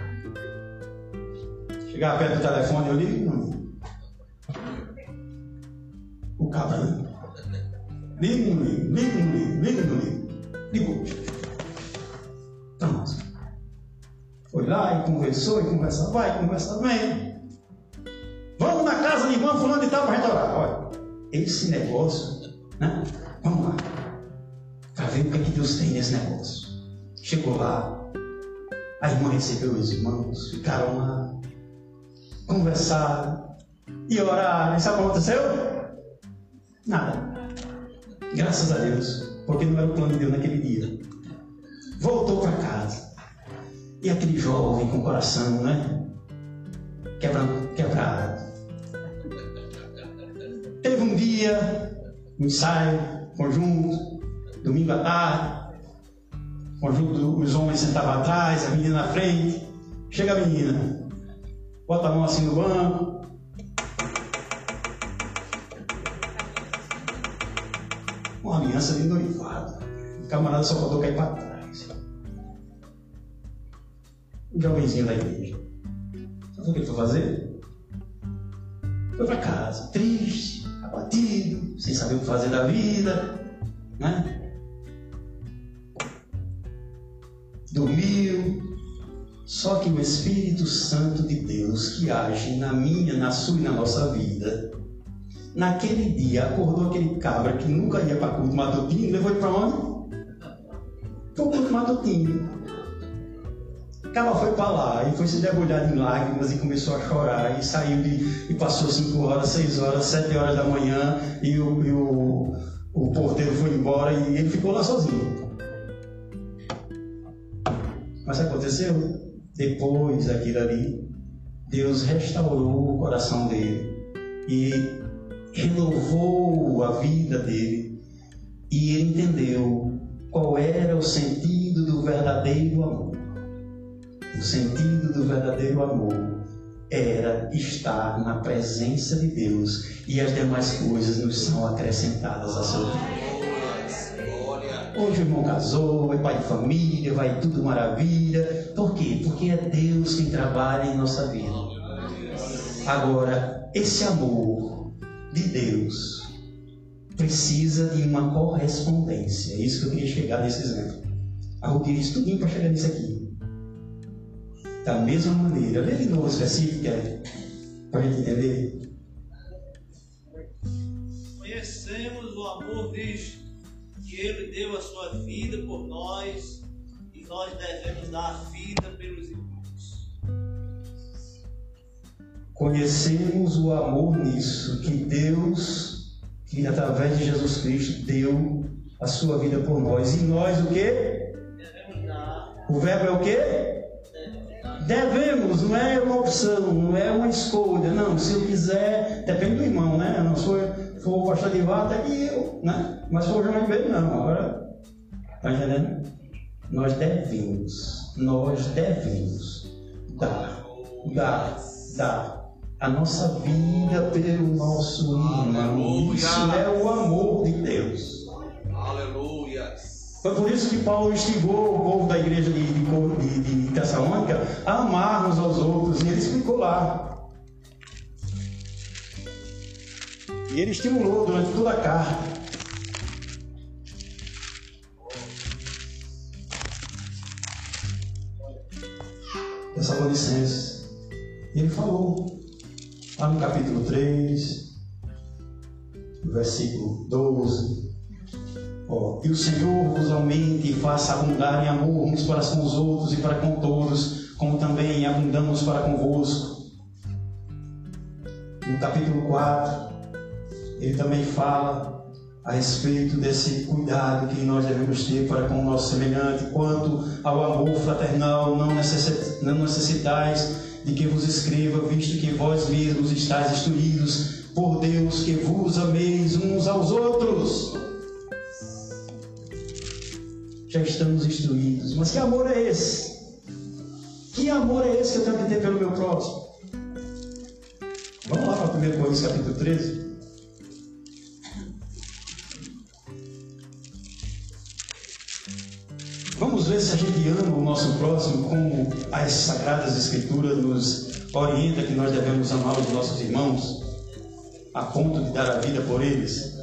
Chegar perto do telefone, eu ligo, não. O cabra, né? Ligo, não ligo, ligo, não ligo, ligo, não ligo. Ligou. Pronto. Foi lá e conversou, e conversa vai, conversa vem. Vamos na casa de irmão fulano e tal para a gente orar. Olha, esse negócio, né? Vamos lá. Para ver o que, é que Deus tem nesse negócio. Chegou lá, a irmã recebeu os irmãos, ficaram lá, conversaram e oraram. E sabe o que aconteceu? Nada. Graças a Deus, porque não era o plano de Deus naquele dia. Voltou para casa. E aquele jovem com o coração, né? Quebrado, quebrado. Teve um dia, um ensaio, conjunto, domingo à tarde, conjunto, os homens sentavam atrás, a menina na frente. Chega a menina, bota a mão assim no banco. Uma aliança de noivado. O camarada só faltou cair para trás. Um jovenzinho da igreja. Sabe o que ele foi fazer? Foi para casa, triste, abatido, sem saber o que fazer da vida, né? Dormiu. Só que o Espírito Santo de Deus, que age na minha, na sua e na nossa vida, naquele dia acordou aquele cabra que nunca ia para culto matutino e levou ele para onde? Foi o culto matutino. O cabra foi para lá e foi se debulhar em lágrimas e começou a chorar e saiu de, e passou cinco horas, seis horas, sete horas da manhã e o, e o, o porteiro foi embora e ele ficou lá sozinho. Mas o que aconteceu? Depois daquilo ali, Deus restaurou o coração dele e renovou a vida dele e ele entendeu qual era o sentido do verdadeiro amor. O sentido do verdadeiro amor era estar na presença de Deus e as demais coisas nos são acrescentadas à sua vida. Hoje o irmão casou, é pai de família, vai tudo maravilha. Por quê? Porque é Deus quem trabalha em nossa vida. Agora, esse amor de Deus precisa de uma correspondência. É isso que eu queria chegar nesse exemplo. Arrudei isso tudinho para chegar nisso aqui. Da mesma maneira, lê de novo esse versículo, para a gente entender. Conhecemos o amor disto, que Ele deu a sua vida por nós, e nós devemos dar a vida pelos irmãos. Conhecemos o amor nisso, que Deus, que através de Jesus Cristo, deu a sua vida por nós. E nós o quê? Devemos dar. O verbo é o quê? Devemos, não é uma opção, não é uma escolha, não. Se eu quiser, depende do irmão, né? Não sou, for o pastor de vata, até que eu, né? Mas se for o João Ribeiro, não. Agora, tá entendendo? Nós devemos, nós devemos dar, dar, dar a nossa vida pelo nosso irmão. Isso é o amor de Deus. Aleluia. Foi por isso que Paulo instigou o povo da igreja de, de, de, de Tessalônica a amar uns aos outros. E ele explicou lá. E ele estimulou durante toda a carta. Tessalonicenses. E ele falou lá no capítulo três, no versículo doze. Oh, e o Senhor vos aumente e faça abundar em amor uns para com os outros e para com todos, como também abundamos para convosco. No capítulo quatro, ele também fala a respeito desse cuidado que nós devemos ter para com o nosso semelhante, quanto ao amor fraternal, não necessitais de que vos escreva, visto que vós mesmos estáis instruídos por Deus, que vos ameis uns aos outros. já estamos instruídos. Mas que amor é esse? Que amor é esse que eu tenho que ter pelo meu próximo? Vamos lá para primeiro Coríntios capítulo treze. Vamos ver se a gente ama o nosso próximo como as Sagradas Escrituras nos orienta que nós devemos amar os nossos irmãos a ponto de dar a vida por eles.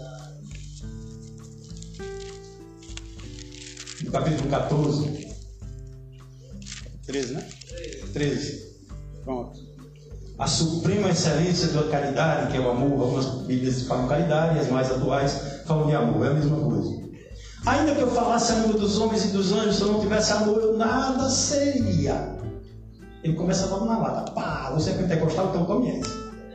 No capítulo catorze. treze, né? treze. Pronto. A suprema excelência da caridade, que é o amor. Algumas Bíblias falam caridade, as mais atuais falam de amor. É a mesma coisa. Ainda que eu falasse amor dos homens e dos anjos, se eu não tivesse amor, eu nada seria. Ele começa logo na lata. Pá, você é pentecostal, então tome essa.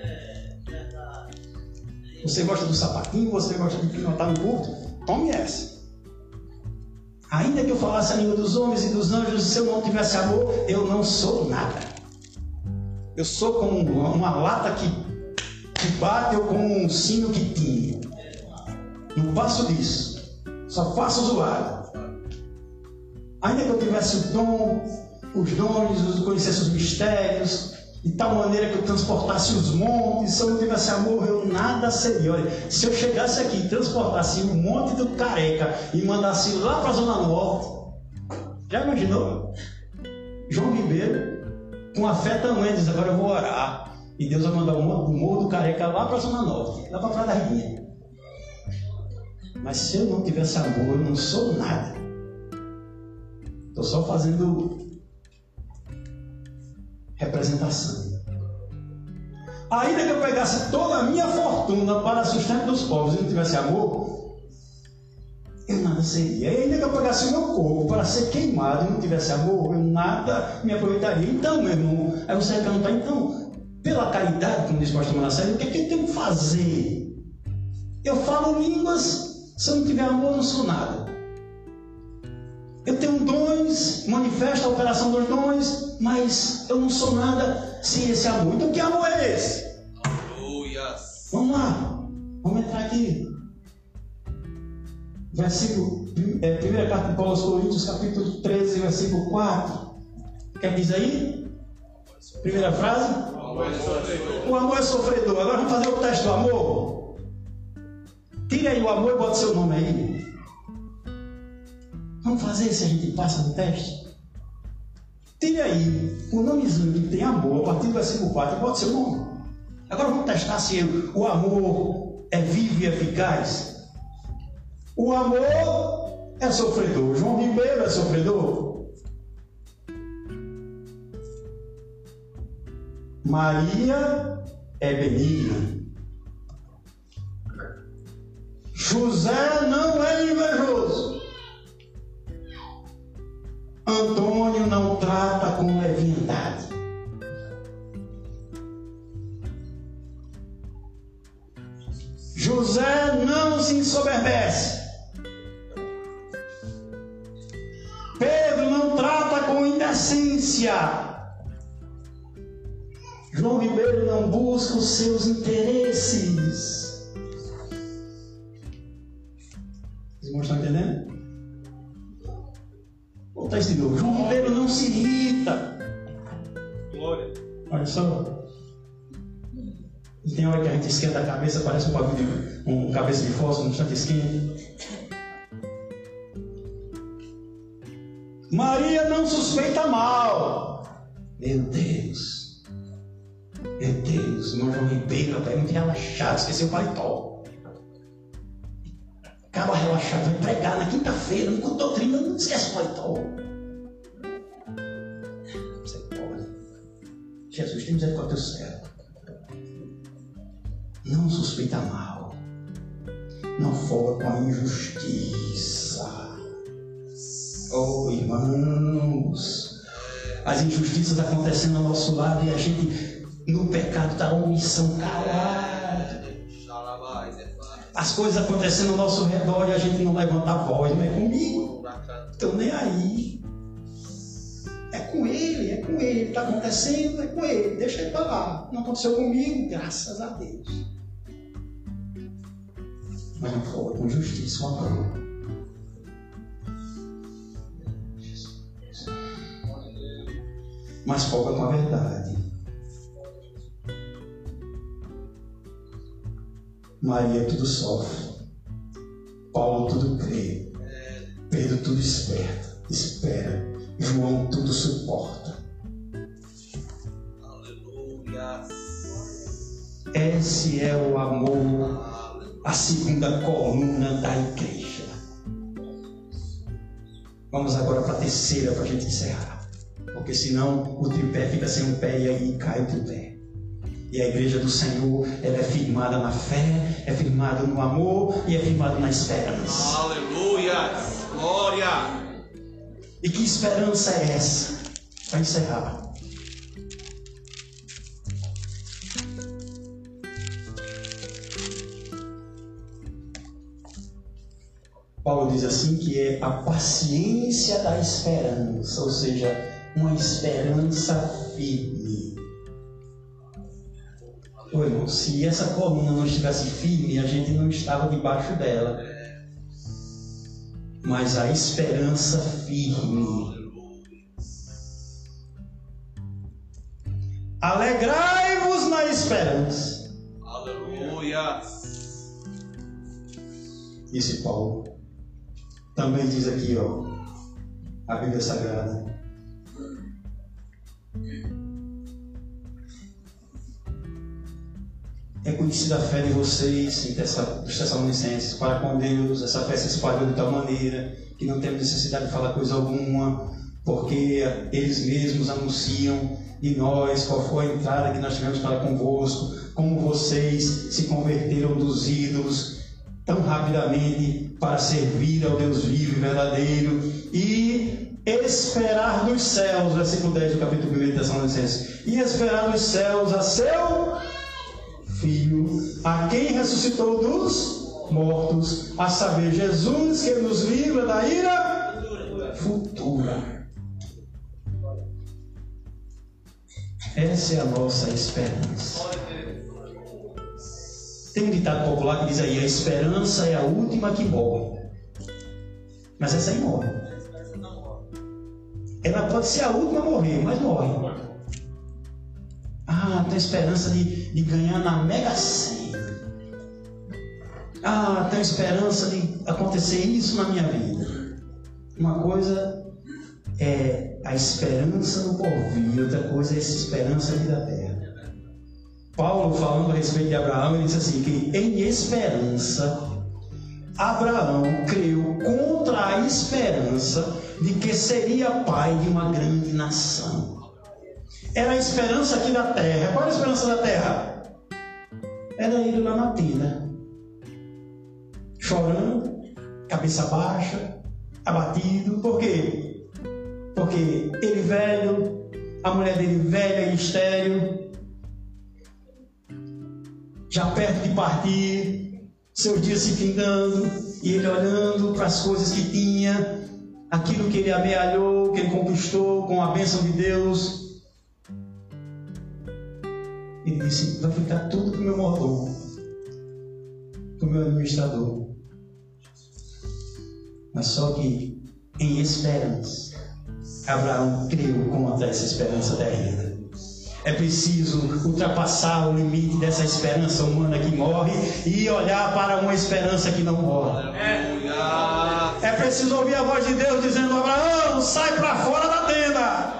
Você gosta do sapatinho, você gosta de pinotar no culto? Tome essa. Ainda que eu falasse a língua dos homens e dos anjos, se eu não tivesse amor, eu não sou nada. Eu sou como uma, uma lata que, que bate ou como um sino que tinha. Não passo disso. Só faço usuário. Ainda que eu tivesse o dom, os dons, conhecesse os mistérios, de tal maneira que eu transportasse os montes, se eu não tivesse amor, eu nada seria. Olha, se eu chegasse aqui e transportasse o monte do Careca e mandasse lá para a Zona Norte, já imaginou? João Ribeiro, com a fé tamanha, diz: agora eu vou orar. E Deus vai mandar o morro do Careca lá para a Zona Norte, lá para trás da Riguinha. Mas se eu não tivesse amor, eu não sou nada. Estou só fazendo representação. Ainda que eu pegasse toda a minha fortuna para sustento dos povos e não tivesse amor, eu nada seria. E ainda que eu pegasse o meu corpo para ser queimado e não tivesse amor, eu nada me aproveitaria. Então, meu irmão, aí você vai perguntar: então, pela caridade, como diz o pastor Manassés, o que é que eu tenho que fazer? Eu falo línguas. Se eu não tiver amor, eu não sou nada. Eu tenho dons, manifesto a operação dos dons, mas eu não sou nada sem esse amor. Então que amor é esse? Aleluia. Vamos lá, vamos entrar aqui. Versículo, é, primeira carta de Paulo aos Coríntios, capítulo treze, versículo quatro. Quer dizer aí? Primeira frase? O amor é sofredor. Agora vamos fazer o teste do amor. Tira aí o amor e bota seu nome aí. Vamos fazer se a gente passa no teste? Tire aí o nomezinho que tem amor a partir do versículo quatro e bota seu nome. Agora vamos testar se o amor é vivo e eficaz. O amor é sofredor. João Ribeiro é sofredor. Maria é benigna. José não é invejoso. Antônio não trata com leviandade. José não se ensoberbece. Pedro não trata com indecência. João Ribeiro não busca os seus interesses. Vocês não estão entendendo? Vou botar isso de novo. João Ribeiro não se irrita. Glória. Olha só. E tem hora que a gente esquenta a cabeça, parece um bagulho de um cabeça de fósforo, um instante esquenta. Maria não suspeita mal. Meu Deus. Meu Deus, irmão João Ribeiro é muito relaxado, esqueceu o paletó. Acaba relaxado, vai pregar na quinta-feira, no culto doutrina, não esquece o paletó. Você pode. Jesus tem misericórdia do céu. Não suspeita mal. Não folga com a injustiça. Oh, irmãos, as injustiças acontecendo ao nosso lado e a gente no pecado está omissão calada. As coisas acontecendo ao nosso redor e a gente não levanta a voz. Não é comigo. Estou nem aí. É com ele, é com ele. Está acontecendo, é com ele. Deixa ele para lá. Não aconteceu comigo, graças a Deus. Mas não folga com justiça, com amor. mas folga com a verdade. Maria tudo sofre, Paulo tudo crê, Pedro tudo esperta, espera, João tudo suporta. Aleluia. Esse é o amor, a segunda coluna da igreja. Vamos agora para a terceira, para a gente encerrar, porque senão o tripé fica sem um pé e aí cai o tripé. E a igreja do Senhor, ela é firmada na fé, é firmada no amor e é firmada na esperança. Aleluia! Glória! E que esperança é essa? Para encerrar. Paulo diz assim que é a paciência da esperança, ou seja, uma esperança firme. Ô, irmão, se essa coluna não estivesse firme, a gente não estava debaixo dela. Mas a esperança firme. Alegrai-vos na esperança. Aleluia! Disse Paulo. Também diz aqui, ó, a Bíblia Sagrada. É conhecida a fé de vocês, dos Tessalonicenses, para com Deus. Essa fé se espalhou de tal maneira que não temos necessidade de falar coisa alguma, porque eles mesmos anunciam de nós qual foi a entrada que nós tivemos para convosco, como vocês se converteram dos ídolos tão rapidamente para servir ao Deus vivo e verdadeiro e esperar dos céus, versículo dez do capítulo primeiro de Tessalonicenses, e esperar dos céus a seu Filho, a quem ressuscitou dos mortos, a saber, Jesus, que nos livra da ira futura. Essa é a nossa esperança. Tem um ditado popular que diz aí: a esperança é a última que morre. Mas essa aí morre. Ela pode ser a última a morrer, mas morre. Ah, tenho esperança de, de ganhar na Mega Sena. Ah, tenho esperança de acontecer isso na minha vida. Uma coisa é a esperança no porvir, outra coisa é essa esperança aqui da terra. Paulo, falando a respeito de Abraão, ele disse assim, que em esperança, Abraão creu contra a esperança de que seria pai de uma grande nação. Era a esperança aqui da terra. Qual era a esperança da terra? Era ele lá na tenda, chorando, cabeça baixa, abatido. Por quê? Porque ele velho, a mulher dele velha e estéril, já perto de partir, seus dias se findando, e ele olhando para as coisas que tinha, aquilo que ele amealhou, que ele conquistou com a bênção de Deus. Ele disse, vai ficar tudo com o meu mordomo, com o meu administrador. Mas só que, em esperança, Abraão creu contra essa esperança terrena. É preciso ultrapassar o limite dessa esperança humana que morre e olhar para uma esperança que não morre. É preciso ouvir a voz de Deus dizendo, Abraão, sai para fora da tenda.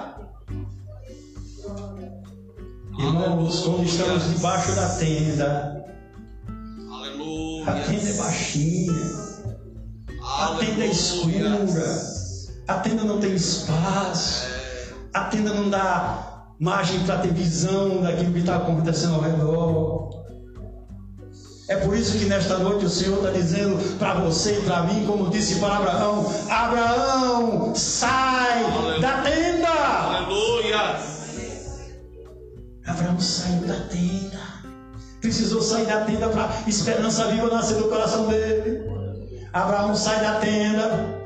Irmãos, quando estamos debaixo da tenda, Aleluia. a tenda é baixinha, a tenda é escura, a tenda não tem espaço, a tenda não dá margem para ter visão daquilo que está acontecendo ao redor. É por isso que nesta noite o Senhor está dizendo para você e para mim, como disse para Abraão, Abraão, sai Aleluia. Da tenda. Aleluia. Abraão saiu da tenda, precisou sair da tenda para a esperança viva nascer no coração dele. Abraão sai da tenda.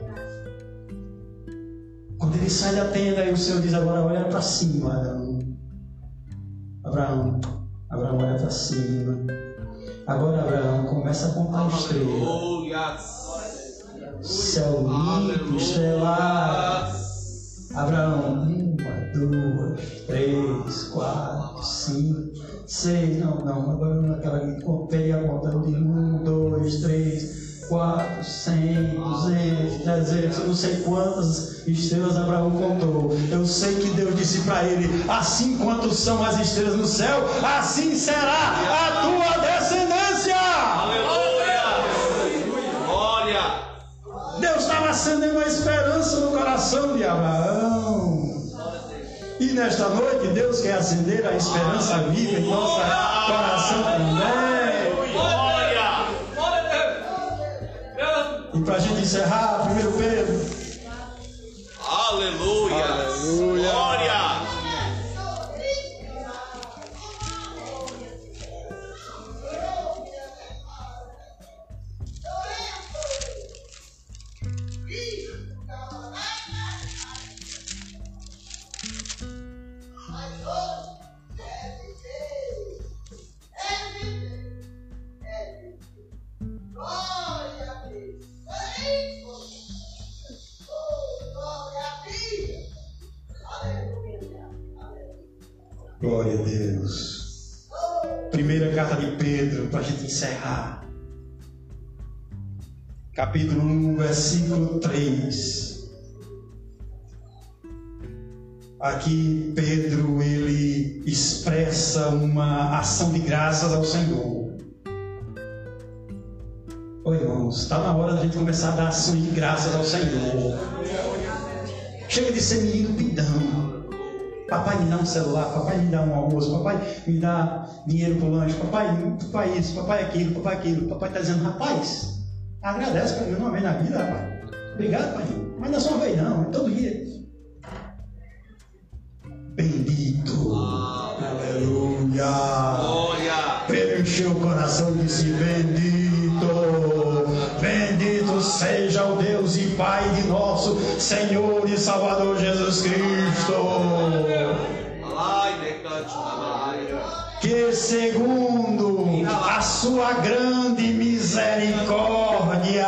Quando ele sai da tenda, aí o Senhor diz, agora olha para cima, Abraão. Abraão, Abraão olha para cima. Agora, Abraão, começa a contar estrelas. Céu limpo, estrelado. Abraão, uma, duas, seis, não, não, agora naquela ali, contei a conta de um, dois, três, quatro, cem, duzentos, trezentos, eu não sei quantas estrelas Abraão contou. Eu sei que Deus disse para ele: assim quanto são as estrelas no céu, assim será a tua descendência. Aleluia! Glória! Deus estava acendendo uma esperança no coração de Abraão. E nesta noite Deus quer acender a esperança viva em nosso coração também. Glória! E para a gente encerrar, primeiro Pedro. Aleluia! Aleluia! Glória! Glória a Deus. Primeira carta de Pedro, para a gente encerrar. Capítulo um, versículo três. Aqui Pedro, ele expressa uma ação de graças ao Senhor. Ô irmãos, está na hora da gente começar a dar ações de graças ao Senhor. Chega de ser menino pidão. Papai me dá um celular, papai me dá um almoço, papai me dá dinheiro para o lanche, papai, papai isso, papai aquilo, papai aquilo. Papai está dizendo: rapaz, agradece para mim uma vez na vida, rapaz. Obrigado, pai. Mas não é só uma vez não, é todo dia. Bendito. Aleluia. Glória! Pedro encheu o coração e disse: bendito. Bendito seja o Deus e Pai de nosso Senhor e Salvador Jesus Cristo, que segundo a sua grande misericórdia,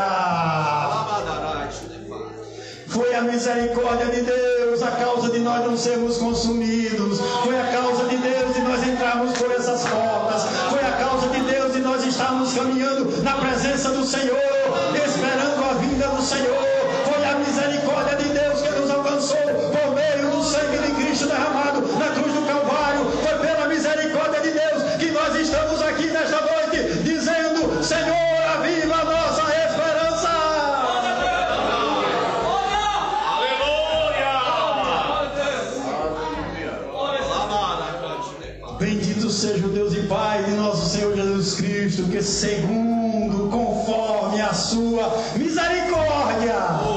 foi a misericórdia de Deus a causa de nós não sermos consumidos, foi a causa de Deus de nós entrarmos por essas portas, foi a causa de Deus de nós estarmos caminhando na presença do Senhor, esperando a vinda do Senhor. Foi a misericórdia de Deus que nos alcançou por meio do sangue de Cristo derramado na cruz do Calvário. Foi pela misericórdia de Deus que nós estamos aqui nesta noite dizendo: Senhor, aviva a nossa esperança. Aleluia! Bendito seja o Deus e Pai de nosso Senhor Jesus Cristo, que segundo, conforme a sua misericórdia.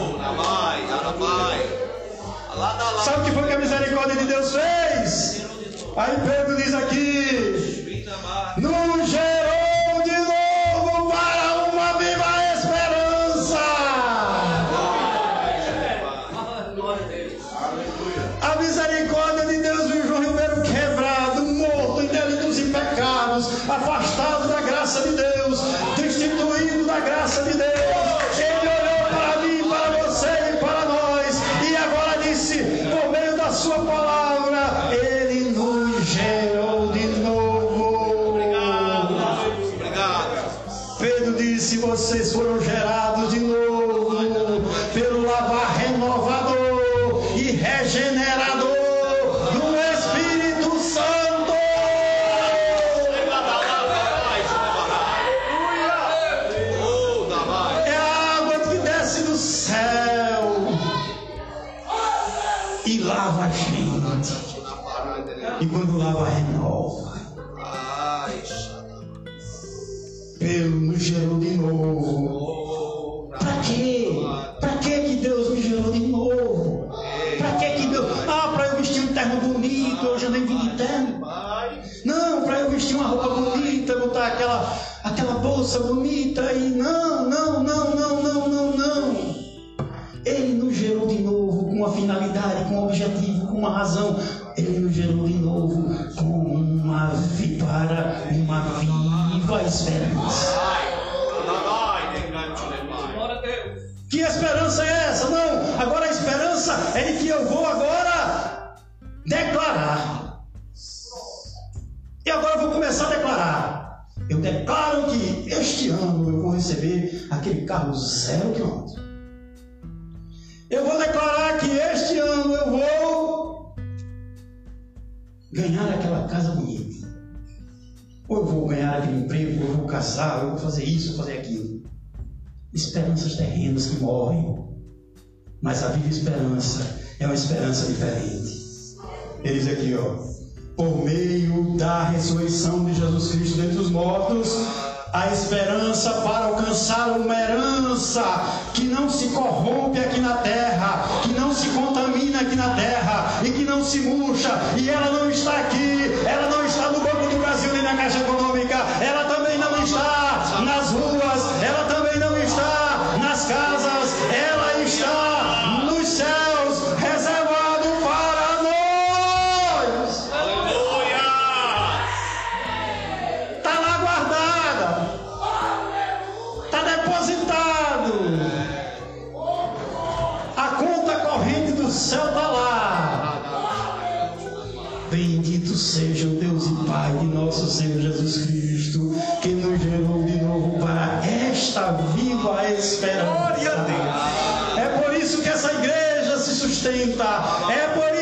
Sabe o que foi que a misericórdia de Deus fez? Aí Pedro diz aqui: nos gerou de novo para uma viva esperança. A misericórdia de Deus viu João Ribeiro quebrado, morto em delitos e pecados, afastado da graça de Deus, destituído da graça de Deus. Ele olhou para mim, para você e para nós, e agora disse, por meio da sua palavra, Ele nos gerou de novo. Obrigado, obrigado. Pedro disse: vocês foram gerados de novo pelo lavar renovador e regenerador do Espírito Santo. É a água que desce do céu e lava a gente. E quando lava, renova. Pedro nos gerou de novo. Pra quê? Pra que que Deus me gerou de novo? Pra que que Deus... Ah, pra eu vestir um terno bonito, hoje eu nem vim de terno. Não, pra eu vestir uma roupa bonita, botar aquela, aquela bolsa bonita e... Não, não, não, não, não, não, não. Ele nos gerou de novo com uma finalidade, com um objetivo, com uma razão. Ele nos gerou de novo com uma para uma viva esperança. Que esperança é essa? Não, agora a esperança é de que eu vou agora declarar. E agora eu vou começar declaro que este ano eu vou receber aquele carro zero quilômetro. Eu vou declarar que este ano eu vou ganhar aquela casa bonita. Ou eu vou ganhar aquele emprego, ou eu vou casar, ou eu vou fazer isso, ou fazer aquilo. Esperanças terrenas que morrem. Mas a viva esperança é uma esperança diferente. Ele diz aqui, ó, por meio da ressurreição de Jesus Cristo dentre os mortos, a esperança para alcançar uma herança que não se corrompe aqui na terra, que não se contamina aqui na terra e que não se murcha. E ela não está aqui, ela não está no Banco do Brasil nem na Caixa Econômica, ela também não está nas ruas, ela também não está nas casas, ela está nos céus, reservado para nós. Aleluia! Está lá guardada, está depositado. A conta corrente do céu está lá. Bendito seja o Deus e Pai de nosso Senhor Jesus Cristo, que nos gerou de novo para esta viva esperança. É por isso que essa igreja se sustenta, é por